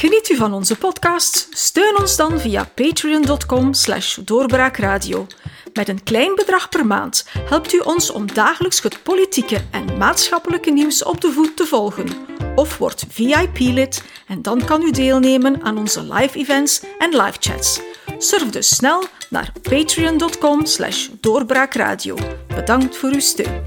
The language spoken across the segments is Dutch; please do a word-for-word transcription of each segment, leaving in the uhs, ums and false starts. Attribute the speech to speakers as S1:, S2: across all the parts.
S1: Geniet u van onze podcast? Steun ons dan via patreon.com slash doorbraakradio. Met een klein bedrag per maand helpt u ons om dagelijks het politieke en maatschappelijke nieuws op de voet te volgen. Of word V I P-lid en dan kan u deelnemen aan onze live events en live chats. Surf dus snel naar patreon.com slash doorbraakradio. Bedankt voor uw steun.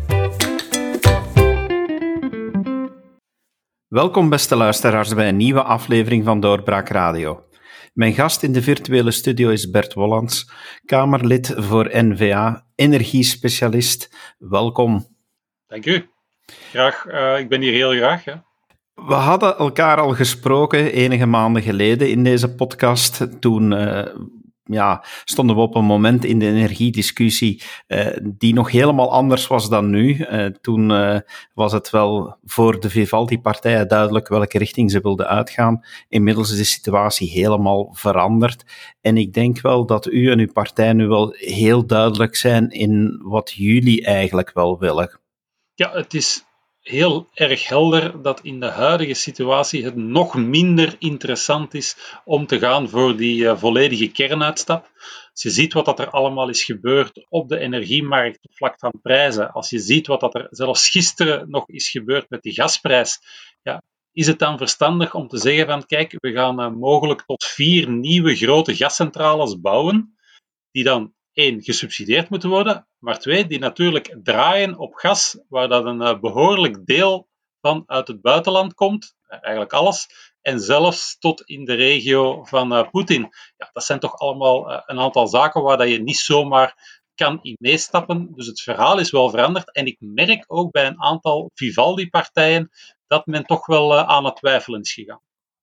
S2: Welkom beste luisteraars bij een nieuwe aflevering van Doorbraak Radio. Mijn gast in de virtuele studio is Bert Wollands, Kamerlid voor N V A, energiespecialist. Welkom.
S3: Dank u. Graag, uh, ik ben hier heel graag. Ja.
S2: We hadden elkaar al gesproken enige maanden geleden in deze podcast. Toen uh, ja, stonden we op een moment in de energiediscussie uh, die nog helemaal anders was dan nu. Uh, toen uh, was het wel voor de Vivaldi-partijen duidelijk welke richting ze wilden uitgaan. Inmiddels is de situatie helemaal veranderd. En ik denk wel dat u en uw partij nu wel heel duidelijk zijn in wat jullie eigenlijk wel willen.
S3: Ja, het is heel erg helder dat in de huidige situatie het nog minder interessant is om te gaan voor die uh, volledige kernuitstap. Als je ziet wat dat er allemaal is gebeurd op de energiemarkt op vlak van prijzen, als je ziet wat dat er zelfs gisteren nog is gebeurd met die gasprijs, ja, is het dan verstandig om te zeggen van kijk, we gaan uh, mogelijk tot vier nieuwe grote gascentrales bouwen, die dan één, gesubsidieerd moeten worden, maar twee, die natuurlijk draaien op gas, waar dat een uh, behoorlijk deel van uit het buitenland komt, uh, eigenlijk alles, en zelfs tot in de regio van uh, Poetin. Ja, dat zijn toch allemaal uh, een aantal zaken waar dat je niet zomaar kan in meestappen. Dus het verhaal is wel veranderd. En ik merk ook bij een aantal Vivaldi-partijen dat men toch wel uh, aan het twijfelen is gegaan.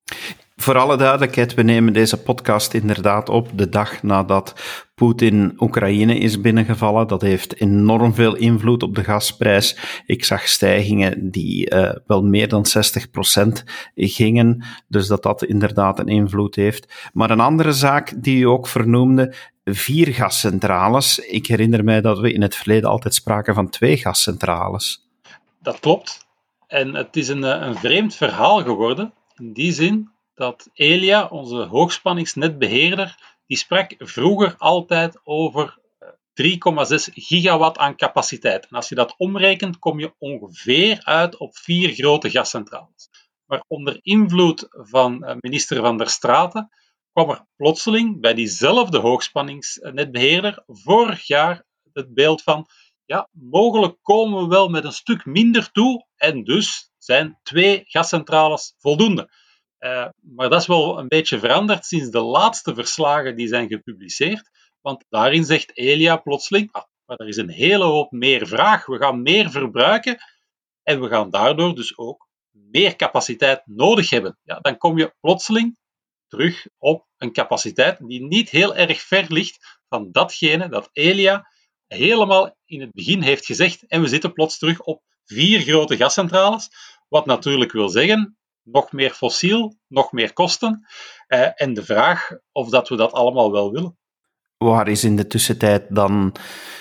S2: Voor alle duidelijkheid, we nemen deze podcast inderdaad op de dag nadat Poetin Oekraïne is binnengevallen. Dat heeft enorm veel invloed op de gasprijs. Ik zag stijgingen die uh, wel meer dan zestig procent gingen, dus dat dat inderdaad een invloed heeft. Maar een andere zaak die u ook vernoemde, vier gascentrales. Ik herinner mij dat we in het verleden altijd spraken van twee gascentrales.
S3: Dat klopt. En het is een, een vreemd verhaal geworden, in die zin dat Elia, onze hoogspanningsnetbeheerder, die sprak vroeger altijd over drie komma zes gigawatt aan capaciteit. En als je dat omrekent, kom je ongeveer uit op vier grote gascentrales. Maar onder invloed van minister Van der Straten kwam er plotseling bij diezelfde hoogspanningsnetbeheerder vorig jaar het beeld van ja, mogelijk komen we wel met een stuk minder toe en dus zijn twee gascentrales voldoende. Uh, maar dat is wel een beetje veranderd sinds de laatste verslagen die zijn gepubliceerd. Want daarin zegt Elia plotseling, ah, maar er is een hele hoop meer vraag. We gaan meer verbruiken en we gaan daardoor dus ook meer capaciteit nodig hebben. Ja, dan kom je plotseling terug op een capaciteit die niet heel erg ver ligt van datgene dat Elia helemaal in het begin heeft gezegd. En we zitten plots terug op vier grote gascentrales. Wat natuurlijk wil zeggen, nog meer fossiel, nog meer kosten. Uh, en de vraag of dat we dat allemaal wel willen.
S2: Waar is in de tussentijd dan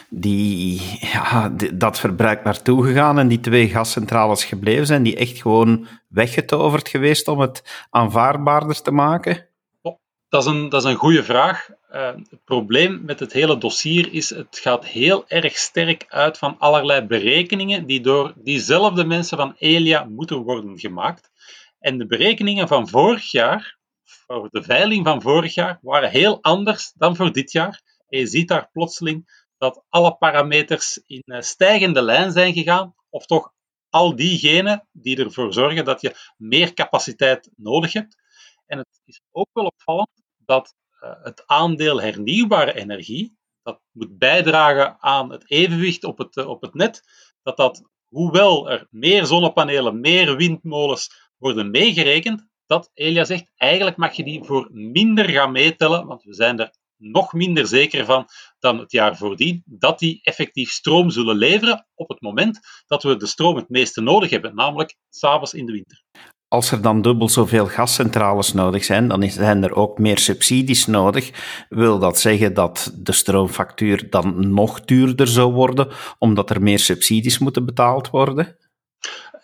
S2: die, ja, die, dat verbruik naartoe gegaan en die twee gascentrales gebleven zijn, die echt gewoon weggetoverd geweest om het aanvaardbaarder te maken?
S3: Oh, dat is een, dat is een goede vraag. Uh, het probleem met het hele dossier is, het gaat heel erg sterk uit van allerlei berekeningen die door diezelfde mensen van Elia moeten worden gemaakt. En de berekeningen van vorig jaar, voor de veiling van vorig jaar, waren heel anders dan voor dit jaar. En je ziet daar plotseling dat alle parameters in stijgende lijn zijn gegaan, of toch al diegenen die ervoor zorgen dat je meer capaciteit nodig hebt. En het is ook wel opvallend dat uh, het aandeel hernieuwbare energie, dat moet bijdragen aan het evenwicht op het, uh, op het net, dat dat, hoewel er meer zonnepanelen, meer windmolens worden meegerekend, dat Elia zegt, eigenlijk mag je die voor minder gaan meetellen, want we zijn er nog minder zeker van dan het jaar voordien, dat die effectief stroom zullen leveren op het moment dat we de stroom het meeste nodig hebben, namelijk 's avonds in de winter.
S2: Als er dan dubbel zoveel gascentrales nodig zijn, dan zijn er ook meer subsidies nodig. Wil dat zeggen dat de stroomfactuur dan nog duurder zou worden, omdat er meer subsidies moeten betaald worden?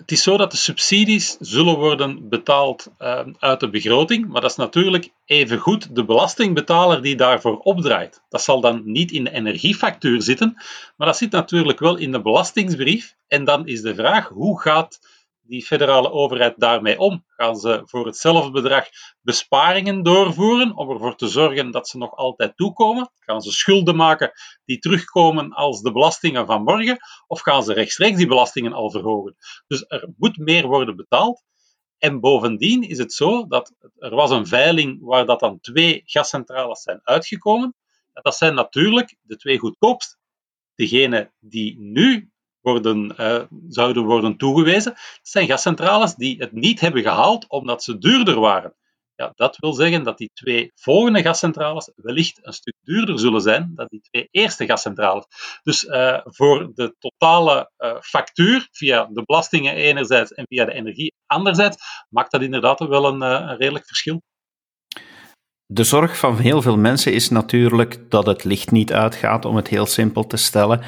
S3: Het is zo dat de subsidies zullen worden betaald uh, uit de begroting, maar dat is natuurlijk evengoed de belastingbetaler die daarvoor opdraait. Dat zal dan niet in de energiefactuur zitten, maar dat zit natuurlijk wel in de belastingsbrief. En dan is de vraag, hoe gaat die federale overheid daarmee om? Gaan ze voor hetzelfde bedrag besparingen doorvoeren om ervoor te zorgen dat ze nog altijd toekomen? Gaan ze schulden maken die terugkomen als de belastingen van morgen? Of gaan ze rechtstreeks die belastingen al verhogen? Dus er moet meer worden betaald. En bovendien is het zo dat er was een veiling waar dat dan twee gascentrales zijn uitgekomen. Dat zijn natuurlijk de twee goedkoopst. Degene die nu worden, uh, zouden worden toegewezen, dat zijn gascentrales die het niet hebben gehaald omdat ze duurder waren. Ja, dat wil zeggen dat die twee volgende gascentrales wellicht een stuk duurder zullen zijn dan die twee eerste gascentrales. Dus uh, voor de totale uh, factuur, via de belastingen enerzijds en via de energie anderzijds, maakt dat inderdaad wel een, uh, een redelijk verschil.
S2: De zorg van heel veel mensen is natuurlijk dat het licht niet uitgaat, om het heel simpel te stellen.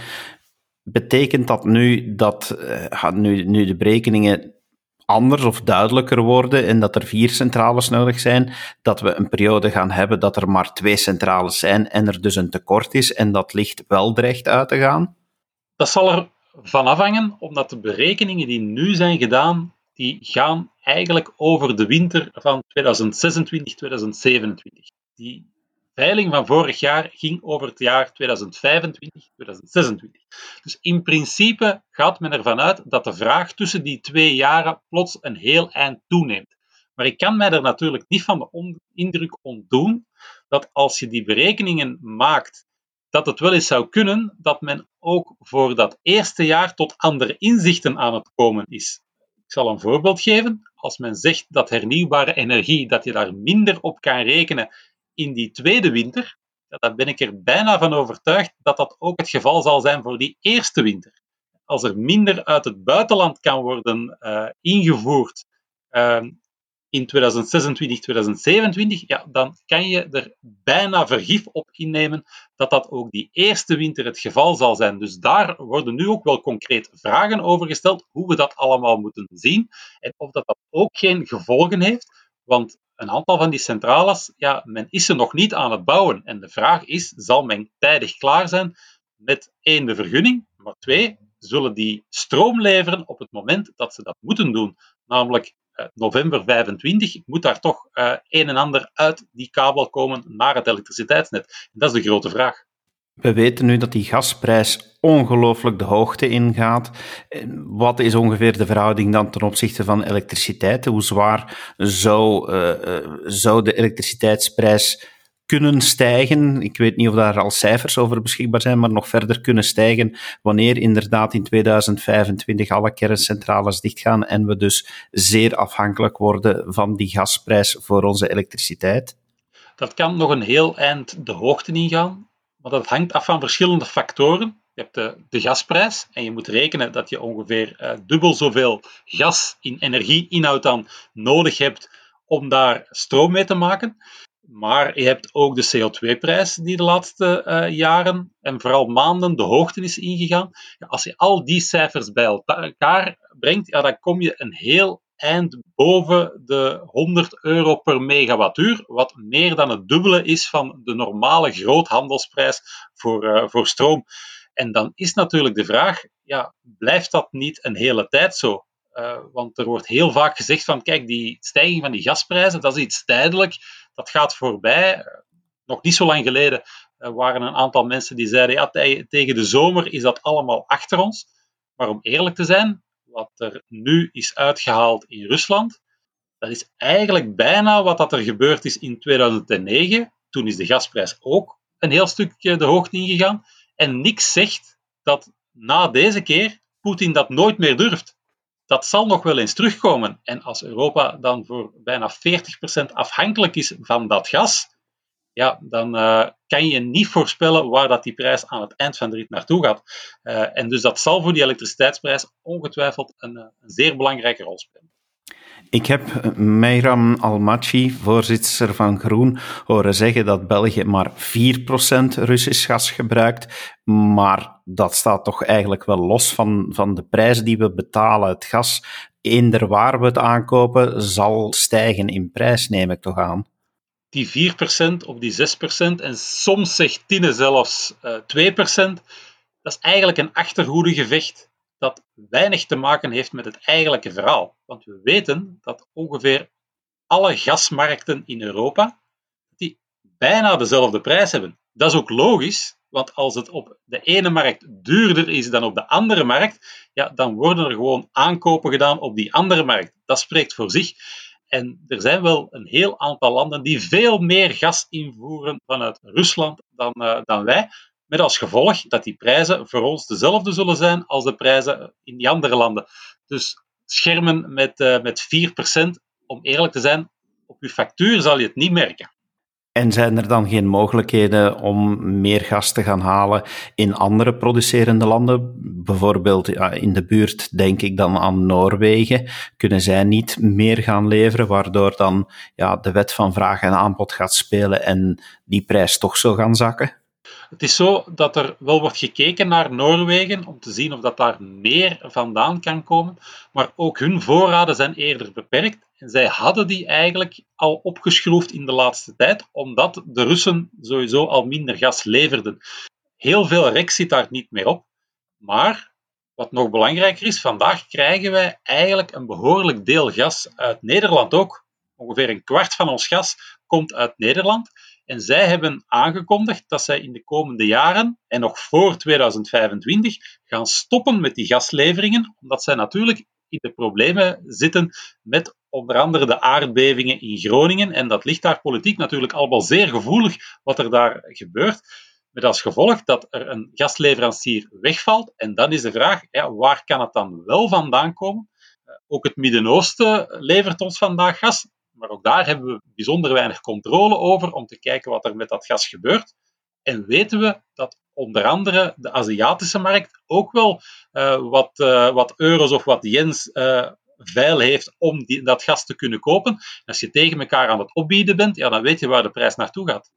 S2: Betekent dat nu dat uh, nu, nu de berekeningen anders of duidelijker worden en dat er vier centrales nodig zijn, dat we een periode gaan hebben dat er maar twee centrales zijn en er dus een tekort is en dat licht wel dreigt uit te gaan?
S3: Dat zal er van afhangen, omdat de berekeningen die nu zijn gedaan, die gaan eigenlijk over de winter van tweeduizend zesentwintig tweeduizend zevenentwintig. Die veiling van vorig jaar ging over het jaar tweeduizend vijfentwintig tweeduizend zesentwintig. Dus in principe gaat men ervan uit dat de vraag tussen die twee jaren plots een heel eind toeneemt. Maar ik kan mij er natuurlijk niet van de on- indruk ontdoen dat als je die berekeningen maakt, dat het wel eens zou kunnen dat men ook voor dat eerste jaar tot andere inzichten aan het komen is. Ik zal een voorbeeld geven. Als men zegt dat hernieuwbare energie, dat je daar minder op kan rekenen in die tweede winter, ja, dan ben ik er bijna van overtuigd dat dat ook het geval zal zijn voor die eerste winter. Als er minder uit het buitenland kan worden uh, ingevoerd uh, in tweeduizend zesentwintig tweeduizend zevenentwintig, ja, dan kan je er bijna vergif op innemen dat dat ook die eerste winter het geval zal zijn. Dus daar worden nu ook wel concreet vragen over gesteld, hoe we dat allemaal moeten zien en of dat, dat ook geen gevolgen heeft, want een aantal van die centrales, ja, men is ze nog niet aan het bouwen. En de vraag is, zal men tijdig klaar zijn met één, de vergunning, maar twee, zullen die stroom leveren op het moment dat ze dat moeten doen, namelijk uh, november vijfentwintig, moet daar toch uh, een en ander uit die kabel komen naar het elektriciteitsnet. En dat is de grote vraag.
S2: We weten nu dat die gasprijs ongelooflijk de hoogte ingaat. Wat is ongeveer de verhouding dan ten opzichte van elektriciteit? Hoe zwaar zou, uh, zou de elektriciteitsprijs kunnen stijgen? Ik weet niet of daar al cijfers over beschikbaar zijn, maar nog verder kunnen stijgen wanneer inderdaad in tweeduizend vijfentwintig alle kerncentrales dichtgaan en we dus zeer afhankelijk worden van die gasprijs voor onze elektriciteit?
S3: Dat kan nog een heel eind de hoogte ingaan. Maar dat hangt af van verschillende factoren. Je hebt de, de gasprijs en je moet rekenen dat je ongeveer uh, dubbel zoveel gas in energieinhoud dan nodig hebt om daar stroom mee te maken. Maar je hebt ook de C O twee prijs die de laatste uh, jaren en vooral maanden de hoogte is ingegaan. Ja, als je al die cijfers bij elkaar brengt, ja, dan kom je een heel eind boven de honderd euro per megawattuur, wat meer dan het dubbele is van de normale groothandelsprijs voor, uh, voor stroom. En dan is natuurlijk de vraag, ja, blijft dat niet een hele tijd zo? Uh, want er wordt heel vaak gezegd van, kijk, die stijging van die gasprijzen, dat is iets tijdelijk, dat gaat voorbij. Uh, nog niet zo lang geleden uh, waren een aantal mensen die zeiden, ja, te- tegen de zomer is dat allemaal achter ons. Maar om eerlijk te zijn, wat er nu is uitgehaald in Rusland, dat is eigenlijk bijna wat dat er gebeurd is in tweeduizend negen. Toen is de gasprijs ook een heel stukje de hoogte ingegaan. En niks zegt dat na deze keer Poetin dat nooit meer durft. Dat zal nog wel eens terugkomen. En als Europa dan voor bijna veertig procent afhankelijk is van dat gas, ja, dan uh, kan je niet voorspellen waar dat die prijs aan het eind van de rit naartoe gaat. Uh, en dus dat zal voor die elektriciteitsprijs ongetwijfeld een, een zeer belangrijke rol spelen.
S2: Ik heb Mehram Almaty, voorzitter van Groen, horen zeggen dat België maar vier procent Russisch gas gebruikt. Maar dat staat toch eigenlijk wel los van, van de prijs die we betalen. Het gas, eender waar we het aankopen, zal stijgen in prijs, neem ik toch aan.
S3: Die vier procent of die zes procent, en soms zegt Tine zelfs uh, twee procent, dat is eigenlijk een achterhoedegevecht dat weinig te maken heeft met het eigenlijke verhaal. Want we weten dat ongeveer alle gasmarkten in Europa die bijna dezelfde prijs hebben. Dat is ook logisch, want als het op de ene markt duurder is dan op de andere markt, ja, dan worden er gewoon aankopen gedaan op die andere markt. Dat spreekt voor zich. En er zijn wel een heel aantal landen die veel meer gas invoeren vanuit Rusland dan, uh, dan wij. Met als gevolg dat die prijzen voor ons dezelfde zullen zijn als de prijzen in die andere landen. Dus schermen met, uh, met vier procent, om eerlijk te zijn, op uw factuur zal je het niet merken.
S2: En zijn er dan geen mogelijkheden om meer gas te gaan halen in andere producerende landen? Bijvoorbeeld ja, in de buurt denk ik dan aan Noorwegen. Kunnen zij niet meer gaan leveren, waardoor dan ja, de wet van vraag en aanbod gaat spelen en die prijs toch zal gaan zakken?
S3: Het is zo dat er wel wordt gekeken naar Noorwegen om te zien of dat daar meer vandaan kan komen, maar ook hun voorraden zijn eerder beperkt en zij hadden die eigenlijk al opgeschroefd in de laatste tijd, omdat de Russen sowieso al minder gas leverden. Heel veel rek zit daar niet meer op, maar wat nog belangrijker is, vandaag krijgen wij eigenlijk een behoorlijk deel gas uit Nederland ook. Ongeveer een kwart van ons gas komt uit Nederland. En zij hebben aangekondigd dat zij in de komende jaren, en nog voor tweeduizend vijfentwintig, gaan stoppen met die gasleveringen, omdat zij natuurlijk in de problemen zitten met onder andere de aardbevingen in Groningen. En dat ligt daar politiek natuurlijk allemaal zeer gevoelig, wat er daar gebeurt. Met als gevolg dat er een gasleverancier wegvalt. En dan is de vraag, ja, waar kan het dan wel vandaan komen? Ook het Midden-Oosten levert ons vandaag gas. Maar ook daar hebben we bijzonder weinig controle over om te kijken wat er met dat gas gebeurt. En weten we dat onder andere de Aziatische markt ook wel uh, wat, uh, wat euro's of wat yens uh, veil heeft om die, dat gas te kunnen kopen. En als je tegen elkaar aan het opbieden bent, ja, dan weet je waar de prijs naartoe gaat.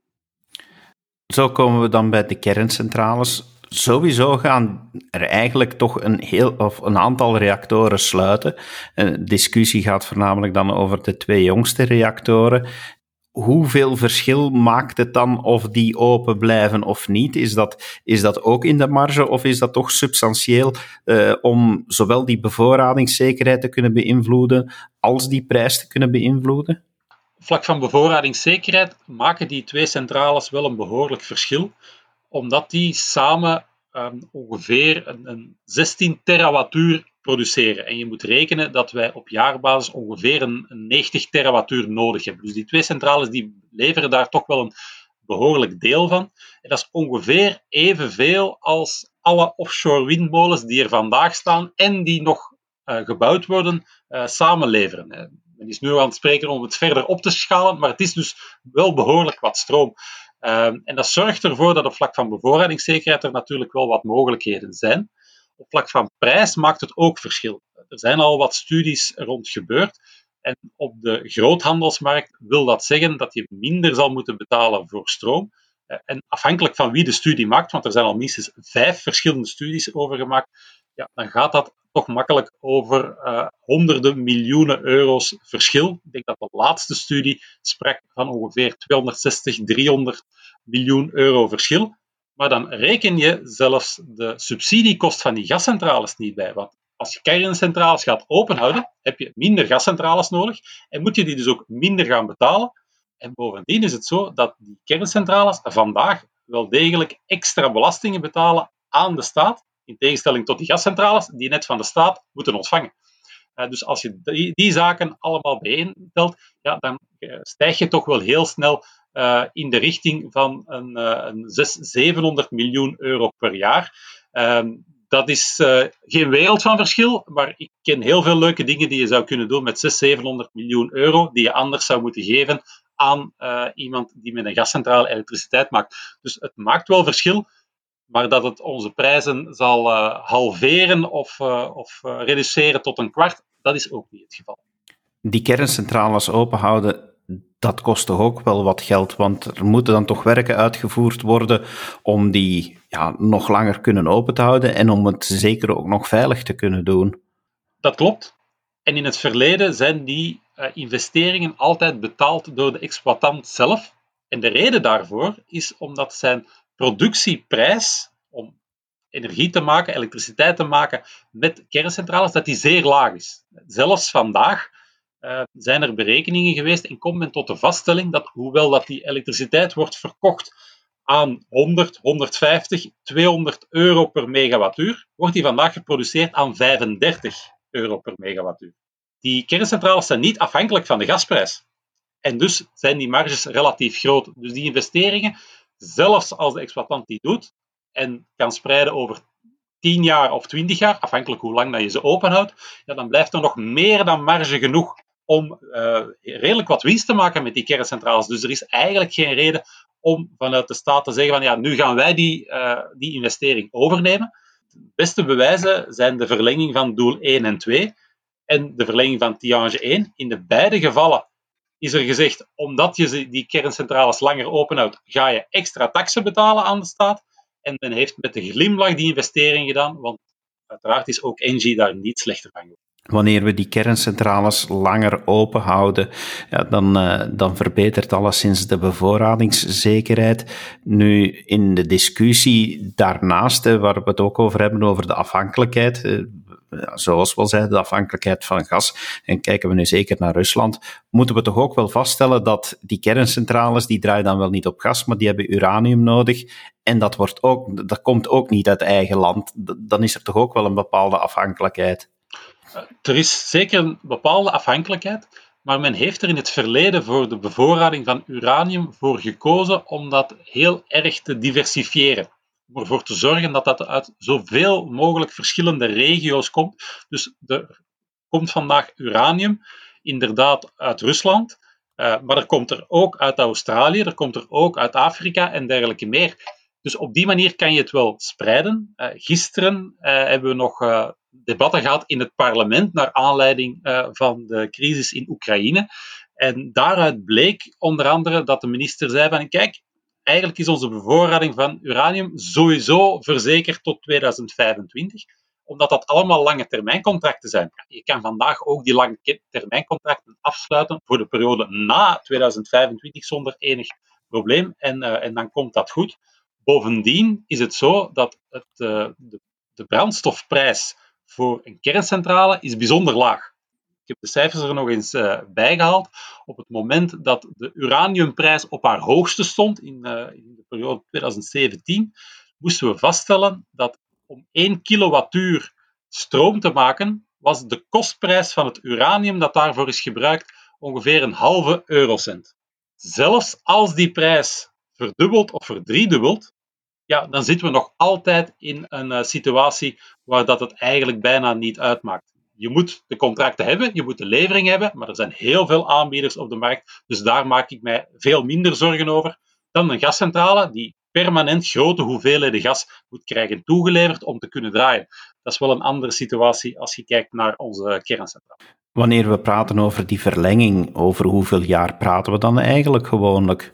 S2: Zo komen we dan bij de kerncentrales. Sowieso gaan er eigenlijk toch een, heel, of een aantal reactoren sluiten. De discussie gaat voornamelijk dan over de twee jongste reactoren. Hoeveel verschil maakt het dan of die open blijven of niet? Is dat, is dat ook in de marge of is dat toch substantieel uh, om zowel die bevoorradingszekerheid te kunnen beïnvloeden als die prijs te kunnen beïnvloeden?
S3: Op vlak van bevoorradingszekerheid maken die twee centrales wel een behoorlijk verschil, omdat die samen um, ongeveer een, een zestien terawattuur produceren. En je moet rekenen dat wij op jaarbasis ongeveer een, een negentig terawattuur nodig hebben. Dus die twee centrales die leveren daar toch wel een behoorlijk deel van. En dat is ongeveer evenveel als alle offshore windmolens die er vandaag staan en die nog uh, gebouwd worden, uh, samenleveren. Men is nu aan het spreken om het verder op te schalen, maar het is dus wel behoorlijk wat stroom. Um, en dat zorgt ervoor dat op vlak van bevoorradingszekerheid er natuurlijk wel wat mogelijkheden zijn. Op vlak van prijs maakt het ook verschil. Er zijn al wat studies rond gebeurd. En op de groothandelsmarkt wil dat zeggen dat je minder zal moeten betalen voor stroom. En afhankelijk van wie de studie maakt, want er zijn al minstens vijf verschillende studies over gemaakt, ja, dan gaat dat toch makkelijk over uh, honderden miljoenen euro's verschil. Ik denk dat de laatste studie sprak van ongeveer tweehonderdzestig, driehonderd miljoen euro verschil. Maar dan reken je zelfs de subsidiekost van die gascentrales niet bij. Want als je kerncentrales gaat openhouden, heb je minder gascentrales nodig en moet je die dus ook minder gaan betalen. En bovendien is het zo dat die kerncentrales vandaag wel degelijk extra belastingen betalen aan de staat, in tegenstelling tot die gascentrales die net van de staat moeten ontvangen. Uh, dus als je die, die zaken allemaal bijeentelt, ja, dan uh, stijg je toch wel heel snel uh, in de richting van een, uh, een zeshonderd, zevenhonderd miljoen euro per jaar. Uh, dat is uh, geen wereld van verschil, maar ik ken heel veel leuke dingen die je zou kunnen doen met zeshonderd, zevenhonderd miljoen euro, die je anders zou moeten geven aan uh, iemand die met een gascentrale elektriciteit maakt. Dus het maakt wel verschil, maar dat het onze prijzen zal uh, halveren of, uh, of uh, reduceren tot een kwart, dat is ook niet het geval.
S2: Die kerncentrales openhouden, dat kost toch ook wel wat geld, want er moeten dan toch werken uitgevoerd worden om die ja, nog langer kunnen open te houden en om het zeker ook nog veilig te kunnen doen.
S3: Dat klopt. En in het verleden zijn die uh, investeringen altijd betaald door de exploitant zelf. En de reden daarvoor is omdat zijn productieprijs om energie te maken, elektriciteit te maken met kerncentrales, dat die zeer laag is. Zelfs vandaag uh, zijn er berekeningen geweest en komt men tot de vaststelling dat, hoewel dat die elektriciteit wordt verkocht aan honderd, honderdvijftig, tweehonderd euro per megawattuur, wordt die vandaag geproduceerd aan vijfendertig euro per megawattuur. Die kerncentrales zijn niet afhankelijk van de gasprijs. En dus zijn die marges relatief groot. Dus die investeringen, zelfs als de exploitant die doet en kan spreiden over tien jaar of twintig jaar, afhankelijk hoe lang dat je ze openhoudt, ja, dan blijft er nog meer dan marge genoeg om uh, redelijk wat winst te maken met die kerncentrales. Dus er is eigenlijk geen reden om vanuit de staat te zeggen van ja, nu gaan wij die, uh, die investering overnemen. De beste bewijzen zijn de verlenging van doel één en twee en de verlenging van Tihange één. In de beide gevallen is er gezegd, omdat je die kerncentrales langer openhoudt, ga je extra taxen betalen aan de staat. En men heeft met de glimlach die investering gedaan, want uiteraard is ook Engie daar niet slechter van geworden.
S2: Wanneer we die kerncentrales langer open houden, ja, dan, uh, dan verbetert alleszins de bevoorradingszekerheid. Nu, in de discussie daarnaast, hè, waar we het ook over hebben, over de afhankelijkheid, uh, zoals we al zeiden, de afhankelijkheid van gas, en kijken we nu zeker naar Rusland, moeten we toch ook wel vaststellen dat die kerncentrales, die draaien dan wel niet op gas, maar die hebben uranium nodig. En dat, wordt ook, dat komt ook niet uit eigen land. Dan is er toch ook wel een bepaalde afhankelijkheid.
S3: Er is zeker een bepaalde afhankelijkheid, maar men heeft er in het verleden voor de bevoorrading van uranium voor gekozen om dat heel erg te diversifiëren. Om ervoor te zorgen dat dat uit zoveel mogelijk verschillende regio's komt. Dus er komt vandaag uranium, inderdaad uit Rusland, uh, maar er komt er ook uit Australië, er komt er ook uit Afrika en dergelijke meer. Dus op die manier kan je het wel spreiden. Uh, gisteren uh, hebben we nog uh, debatten gehad in het parlement naar aanleiding uh, van de crisis in Oekraïne. En daaruit bleek onder andere dat de minister zei van kijk, eigenlijk is onze bevoorrading van uranium sowieso verzekerd tot tweeduizend vijfentwintig, omdat dat allemaal lange termijncontracten zijn. Je kan vandaag ook die lange termijncontracten afsluiten voor de periode na tweeduizend vijfentwintig zonder enig probleem en, uh, en dan komt dat goed. Bovendien is het zo dat het, uh, de, de brandstofprijs voor een kerncentrale is bijzonder laag. Ik heb de cijfers er nog eens uh, bijgehaald. Op het moment dat de uraniumprijs op haar hoogste stond, in, uh, in de periode tweeduizend zeventien, moesten we vaststellen dat om één kilowattuur stroom te maken, was de kostprijs van het uranium dat daarvoor is gebruikt ongeveer een halve eurocent. Zelfs als die prijs verdubbelt of verdriedubbelt, ja, dan zitten we nog altijd in een uh, situatie waar dat het eigenlijk bijna niet uitmaakt. Je moet de contracten hebben, je moet de levering hebben, maar er zijn heel veel aanbieders op de markt, dus daar maak ik mij veel minder zorgen over dan een gascentrale die permanent grote hoeveelheden gas moet krijgen toegeleverd om te kunnen draaien. Dat is wel een andere situatie als je kijkt naar onze kerncentrale.
S2: Wanneer we praten over die verlenging, over hoeveel jaar praten we dan eigenlijk gewoonlijk?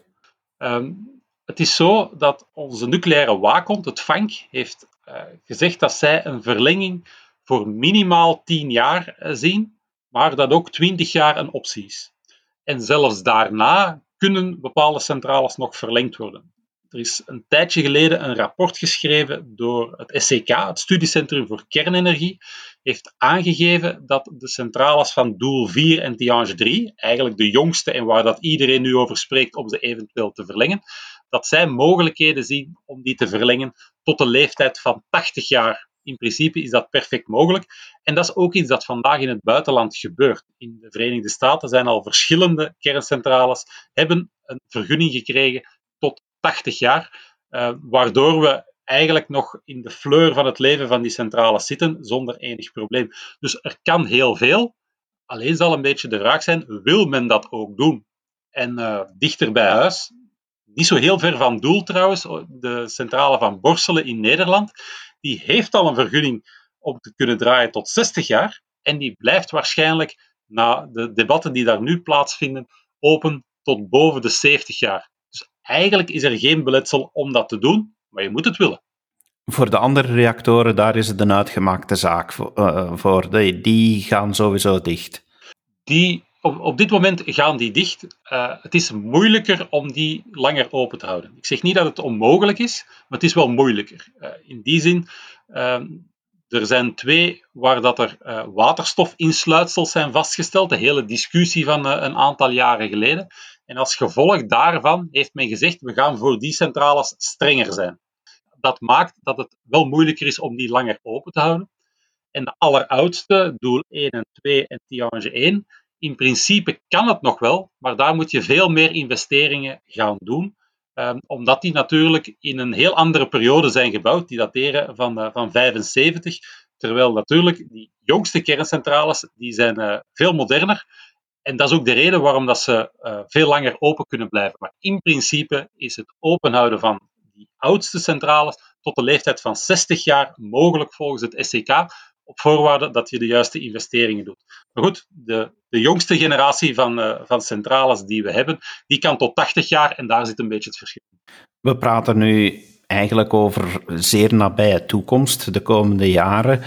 S3: Um, Het is zo dat onze nucleaire waakhond, het V A N K, heeft uh, gezegd dat zij een verlenging voor minimaal tien jaar uh, zien, maar dat ook twintig jaar een optie is. En zelfs daarna kunnen bepaalde centrales nog verlengd worden. Er is een tijdje geleden een rapport geschreven door het S C K, het Studiecentrum voor Kernenergie, heeft aangegeven dat de centrales van Doel vier en Tihange drie, eigenlijk de jongste en waar dat iedereen nu over spreekt om ze eventueel te verlengen, dat zij mogelijkheden zien om die te verlengen tot de leeftijd van tachtig jaar. In principe is dat perfect mogelijk. En dat is ook iets dat vandaag in het buitenland gebeurt. In de Verenigde Staten zijn al verschillende kerncentrales, hebben een vergunning gekregen tot tachtig jaar, uh, waardoor we eigenlijk nog in de fleur van het leven van die centrales zitten, zonder enig probleem. Dus er kan heel veel. Alleen zal een beetje de vraag zijn, wil men dat ook doen? En uh, dichter bij huis, niet zo heel ver van Doel trouwens, de centrale van Borselen in Nederland, die heeft al een vergunning om te kunnen draaien tot zestig jaar en die blijft waarschijnlijk na de debatten die daar nu plaatsvinden, open tot boven de zeventig jaar. Dus eigenlijk is er geen beletsel om dat te doen, maar je moet het willen.
S2: Voor de andere reactoren, daar is het een uitgemaakte zaak voor. Die gaan sowieso dicht.
S3: Die, op, op dit moment gaan die dicht. Uh, het is moeilijker om die langer open te houden. Ik zeg niet dat het onmogelijk is, maar het is wel moeilijker. Uh, in die zin, uh, er zijn twee waar dat er uh, waterstofinsluitsels zijn vastgesteld. De hele discussie van uh, een aantal jaren geleden. En als gevolg daarvan heeft men gezegd, we gaan voor die centrales strenger zijn. Dat maakt dat het wel moeilijker is om die langer open te houden. En de alleroudste, Doel één en twee en Tihange één, in principe kan het nog wel, maar daar moet je veel meer investeringen gaan doen, um, omdat die natuurlijk in een heel andere periode zijn gebouwd, die dateren van, uh, van vijfenzeventig, terwijl natuurlijk die jongste kerncentrales, die zijn uh, veel moderner. En dat is ook de reden waarom dat ze uh, veel langer open kunnen blijven. Maar in principe is het openhouden van die oudste centrales tot de leeftijd van zestig jaar mogelijk volgens het S C K, op voorwaarde dat je de juiste investeringen doet. Maar goed, de, de jongste generatie van, uh, van centrales die we hebben, die kan tot tachtig jaar en daar zit een beetje het verschil.
S2: We praten nu eigenlijk over zeer nabije toekomst, de komende jaren.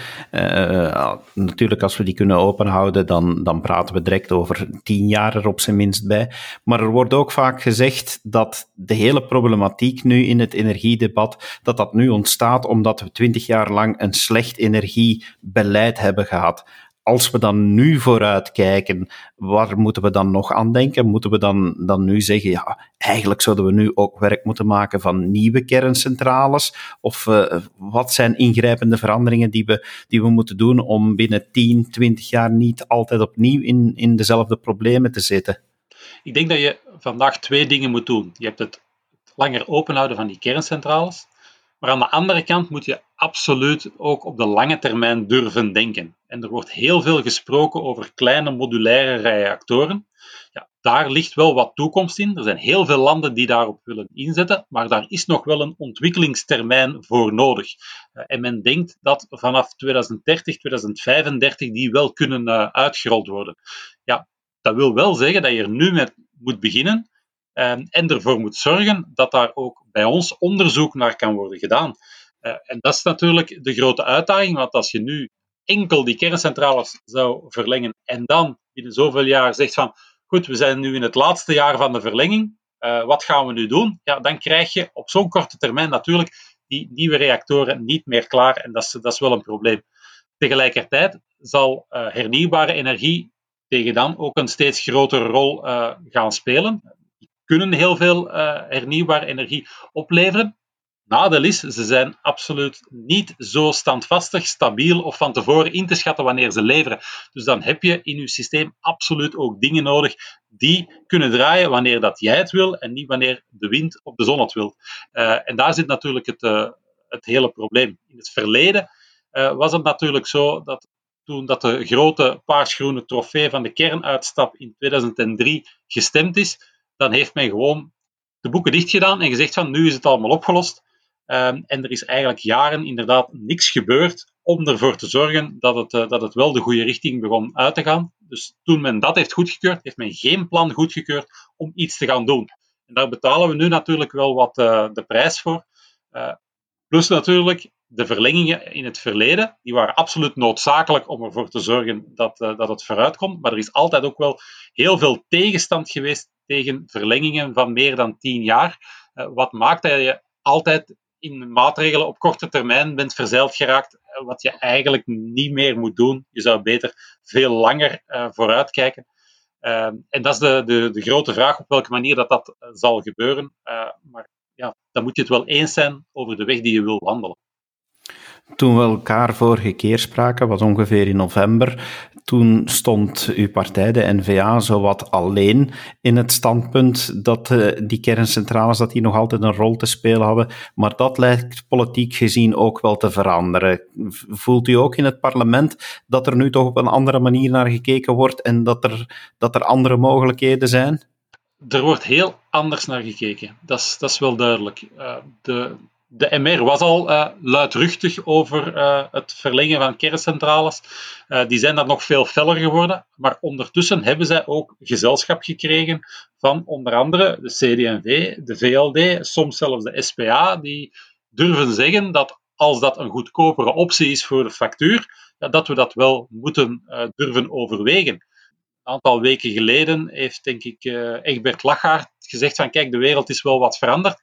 S2: Uh, natuurlijk, als we die kunnen openhouden, dan, dan praten we direct over tien jaar er op zijn minst bij. Maar er wordt ook vaak gezegd dat de hele problematiek nu in het energiedebat, dat dat nu ontstaat omdat we twintig jaar lang een slecht energiebeleid hebben gehad. Als we dan nu vooruit kijken, waar moeten we dan nog aan denken? Moeten we dan, dan nu zeggen, ja, eigenlijk zouden we nu ook werk moeten maken van nieuwe kerncentrales? Of uh, wat zijn ingrijpende veranderingen die we, die we moeten doen om binnen tien, twintig jaar niet altijd opnieuw in, in dezelfde problemen te zitten?
S3: Ik denk dat je vandaag twee dingen moet doen. Je hebt het langer openhouden van die kerncentrales. Maar aan de andere kant moet je absoluut ook op de lange termijn durven denken. En er wordt heel veel gesproken over kleine modulaire reactoren. Ja, daar ligt wel wat toekomst in. Er zijn heel veel landen die daarop willen inzetten, maar daar is nog wel een ontwikkelingstermijn voor nodig. En men denkt dat vanaf twintig dertig, twintig vijfendertig die wel kunnen uh, uitgerold worden. Ja, dat wil wel zeggen dat je er nu met moet beginnen. En ervoor moet zorgen dat daar ook bij ons onderzoek naar kan worden gedaan. Uh, en dat is natuurlijk de grote uitdaging, want als je nu enkel die kerncentrales zou verlengen en dan binnen zoveel jaar zegt van, goed, we zijn nu in het laatste jaar van de verlenging, uh, wat gaan we nu doen? Ja, dan krijg je op zo'n korte termijn natuurlijk die nieuwe reactoren niet meer klaar en dat is, dat is wel een probleem. Tegelijkertijd zal uh, hernieuwbare energie tegen dan ook een steeds grotere rol uh, gaan spelen. Kunnen heel veel uh, hernieuwbare energie opleveren. Nadeel is, ze zijn absoluut niet zo standvastig, stabiel of van tevoren in te schatten wanneer ze leveren. Dus dan heb je in je systeem absoluut ook dingen nodig die kunnen draaien wanneer dat jij het wil en niet wanneer de wind of de zon het wil. Uh, en daar zit natuurlijk het, uh, het hele probleem. In het verleden uh, was het natuurlijk zo dat toen dat de grote paarsgroene trofee van de kernuitstap in tweeduizend drie gestemd is, dan heeft men gewoon de boeken dichtgedaan en gezegd van nu is het allemaal opgelost. Um, en er is eigenlijk jaren inderdaad niks gebeurd om ervoor te zorgen dat het, uh, dat het wel de goede richting begon uit te gaan. Dus toen men dat heeft goedgekeurd, heeft men geen plan goedgekeurd om iets te gaan doen. En daar betalen we nu natuurlijk wel wat uh, de prijs voor. Uh, plus natuurlijk de verlengingen in het verleden, die waren absoluut noodzakelijk om ervoor te zorgen dat, uh, dat het vooruit komt. Maar er is altijd ook wel heel veel tegenstand geweest tegen verlengingen van meer dan tien jaar. Uh, wat maakt dat je altijd in maatregelen op korte termijn bent verzeild geraakt, uh, wat je eigenlijk niet meer moet doen. Je zou beter veel langer uh, vooruitkijken. Uh, en dat is de, de, de grote vraag op welke manier dat, dat uh, zal gebeuren. Uh, maar ja, dan moet je het wel eens zijn over de weg die je wil wandelen.
S2: Toen we elkaar vorige keer spraken, was ongeveer in november, toen stond uw partij, de N V A, zowat alleen in het standpunt dat uh, die kerncentrales dat die nog altijd een rol te spelen hadden. Maar dat lijkt politiek gezien ook wel te veranderen. Voelt u ook in het parlement dat er nu toch op een andere manier naar gekeken wordt en dat er, dat er andere mogelijkheden zijn?
S3: Er wordt heel anders naar gekeken. Dat is, dat is wel duidelijk. Uh, de... de M R was al uh, luidruchtig over uh, het verlengen van kerncentrales. Uh, die zijn dan nog veel feller geworden. Maar ondertussen hebben zij ook gezelschap gekregen van onder andere de C D en V, de V L D, soms zelfs de S P A, die durven zeggen dat als dat een goedkopere optie is voor de factuur, ja, dat we dat wel moeten uh, durven overwegen. Een aantal weken geleden heeft, denk ik, uh, Egbert Lachaert gezegd van kijk, de wereld is wel wat veranderd.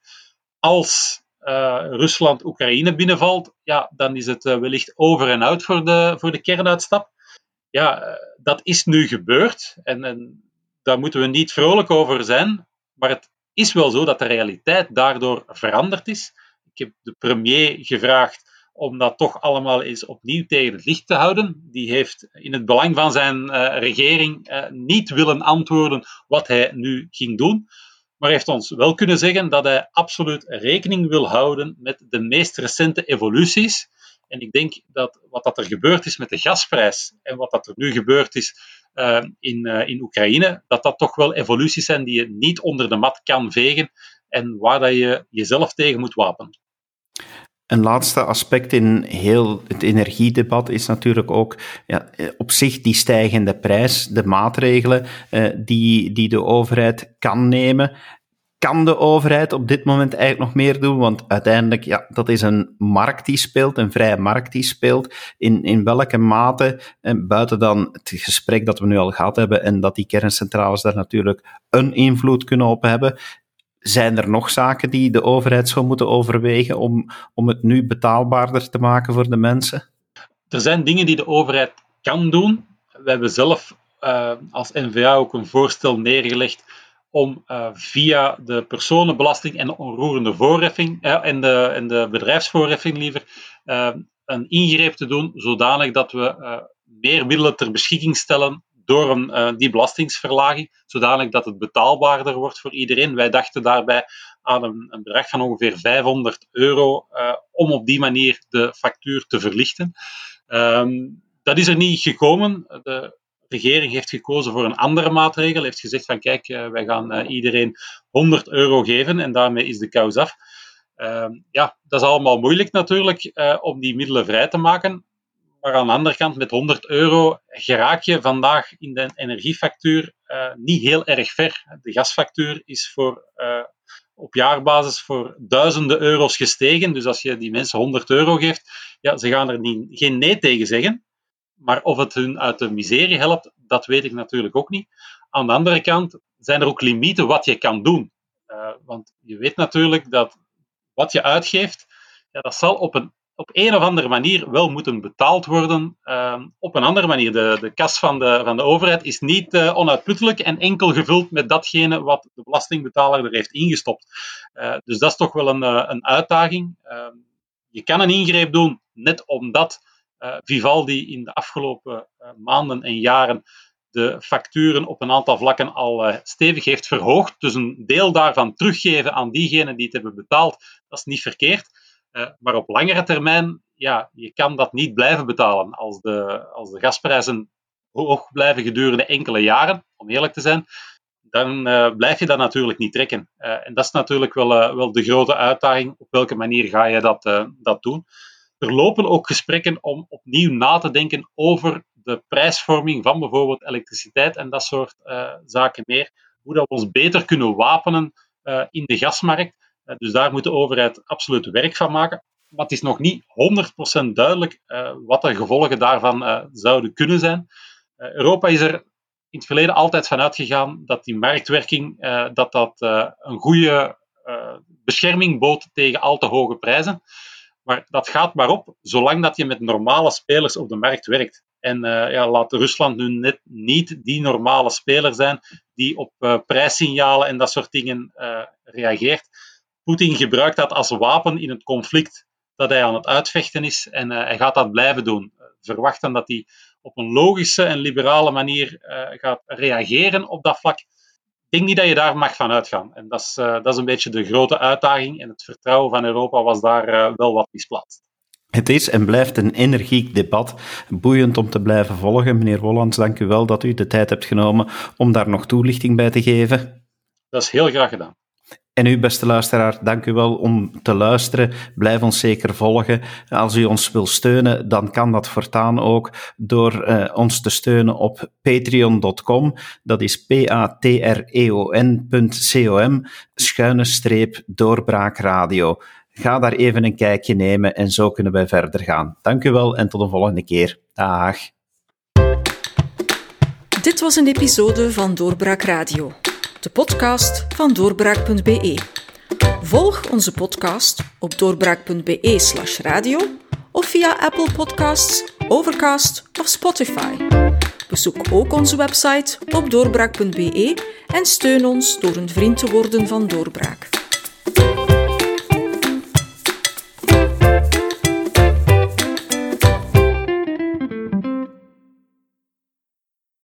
S3: Als uh, Rusland Oekraïne binnenvalt, ja, dan is het uh, wellicht over en out voor de, voor de kernuitstap. Ja, uh, dat is nu gebeurd en, en daar moeten we niet vrolijk over zijn, maar het is wel zo dat de realiteit daardoor veranderd is. Ik heb de premier gevraagd om dat toch allemaal eens opnieuw tegen het licht te houden. Die heeft in het belang van zijn uh, regering uh, niet willen antwoorden wat hij nu ging doen, maar heeft ons wel kunnen zeggen dat hij absoluut rekening wil houden met de meest recente evoluties. En ik denk dat wat dat er gebeurd is met de gasprijs en wat dat er nu gebeurd is uh, in, uh, in Oekraïne, dat dat toch wel evoluties zijn die je niet onder de mat kan vegen en waar dat je jezelf tegen moet wapenen.
S2: Een laatste aspect in heel het energiedebat is natuurlijk ook ja, op zich die stijgende prijs, de maatregelen uh, die, die de overheid kan nemen. Kan de overheid op dit moment eigenlijk nog meer doen? Want uiteindelijk, ja, dat is een markt die speelt, een vrije markt die speelt. In, in welke mate, en buiten dan het gesprek dat we nu al gehad hebben en dat die kerncentrales daar natuurlijk een invloed kunnen op hebben, zijn er nog zaken die de overheid zou moeten overwegen om, om het nu betaalbaarder te maken voor de mensen?
S3: Er zijn dingen die de overheid kan doen. We hebben zelf uh, als N V A ook een voorstel neergelegd om uh, via de personenbelasting en de onroerende voorheffing uh, en, de, en de bedrijfsvoorheffing liever uh, een ingreep te doen, zodanig dat we uh, meer middelen ter beschikking stellen door een, uh, die belastingsverlaging, zodanig dat het betaalbaarder wordt voor iedereen. Wij dachten daarbij aan een, een bedrag van ongeveer vijfhonderd euro uh, om op die manier de factuur te verlichten. Um, dat is er niet gekomen. De regering heeft gekozen voor een andere maatregel, heeft gezegd van kijk, uh, wij gaan uh, iedereen honderd euro geven en daarmee is de kous af. Uh, ja, dat is allemaal moeilijk natuurlijk uh, om die middelen vrij te maken. Maar aan de andere kant, met honderd euro geraak je vandaag in de energiefactuur uh, niet heel erg ver. De gasfactuur is voor, uh, op jaarbasis voor duizenden euro's gestegen. Dus als je die mensen honderd euro geeft, ja, ze gaan er niet, geen nee tegen zeggen. Maar of het hun uit de miserie helpt, dat weet ik natuurlijk ook niet. Aan de andere kant zijn er ook limieten wat je kan doen. Uh, want je weet natuurlijk dat wat je uitgeeft, ja, dat zal op een op een of andere manier wel moeten betaald worden. Uh, op een andere manier. De, de kas van de, van de overheid is niet uh, onuitputtelijk en enkel gevuld met datgene wat de belastingbetaler er heeft ingestopt. Uh, dus dat is toch wel een, uh, een uitdaging. Uh, je kan een ingreep doen, net omdat uh, Vivaldi in de afgelopen uh, maanden en jaren de facturen op een aantal vlakken al uh, stevig heeft verhoogd. Dus een deel daarvan teruggeven aan diegenen die het hebben betaald, dat is niet verkeerd. Uh, maar op langere termijn, ja, je kan dat niet blijven betalen. Als de, als de gasprijzen hoog blijven gedurende enkele jaren, om eerlijk te zijn, dan uh, blijf je dat natuurlijk niet trekken. Uh, en dat is natuurlijk wel, uh, wel de grote uitdaging. Op welke manier ga je dat, uh, dat doen? Er lopen ook gesprekken om opnieuw na te denken over de prijsvorming van bijvoorbeeld elektriciteit en dat soort uh, zaken meer. Hoe dat we ons beter kunnen wapenen uh, in de gasmarkt. Dus daar moet de overheid absoluut werk van maken. Maar het is nog niet honderd procent duidelijk uh, wat de gevolgen daarvan uh, zouden kunnen zijn. Uh, Europa is er in het verleden altijd van uitgegaan dat die marktwerking uh, dat dat, uh, een goede uh, bescherming bood tegen al te hoge prijzen. Maar dat gaat maar op, zolang dat je met normale spelers op de markt werkt. En uh, ja, laat Rusland nu net niet die normale speler zijn die op uh, prijssignalen en dat soort dingen uh, reageert. Poetin gebruikt dat als wapen in het conflict dat hij aan het uitvechten is en uh, hij gaat dat blijven doen. Verwachten dat hij op een logische en liberale manier uh, gaat reageren op dat vlak. Ik denk niet dat je daar mag van uitgaan. En dat is, uh, dat is een beetje de grote uitdaging en het vertrouwen van Europa was daar uh, wel wat misplaatst.
S2: Het is en blijft een energiek debat, boeiend om te blijven volgen. Meneer Wollands, dank u wel dat u de tijd hebt genomen om daar nog toelichting bij te geven.
S3: Dat is heel graag gedaan.
S2: En u, beste luisteraar, dank u wel om te luisteren. Blijf ons zeker volgen. Als u ons wil steunen, dan kan dat voortaan ook door uh, ons te steunen op patreon punt com. Dat is p-a-t-r-e-o-n punt com, schuine streep doorbraakradio. Ga daar even een kijkje nemen en zo kunnen wij verder gaan. Dank u wel en tot de volgende keer. Dag.
S1: Dit was een episode van Doorbraak Radio, de podcast van doorbraak punt b e. Volg onze podcast op doorbraak punt b e slash radio of via Apple Podcasts, Overcast of Spotify. Bezoek ook onze website op doorbraak punt b e en steun ons door een vriend te worden van Doorbraak.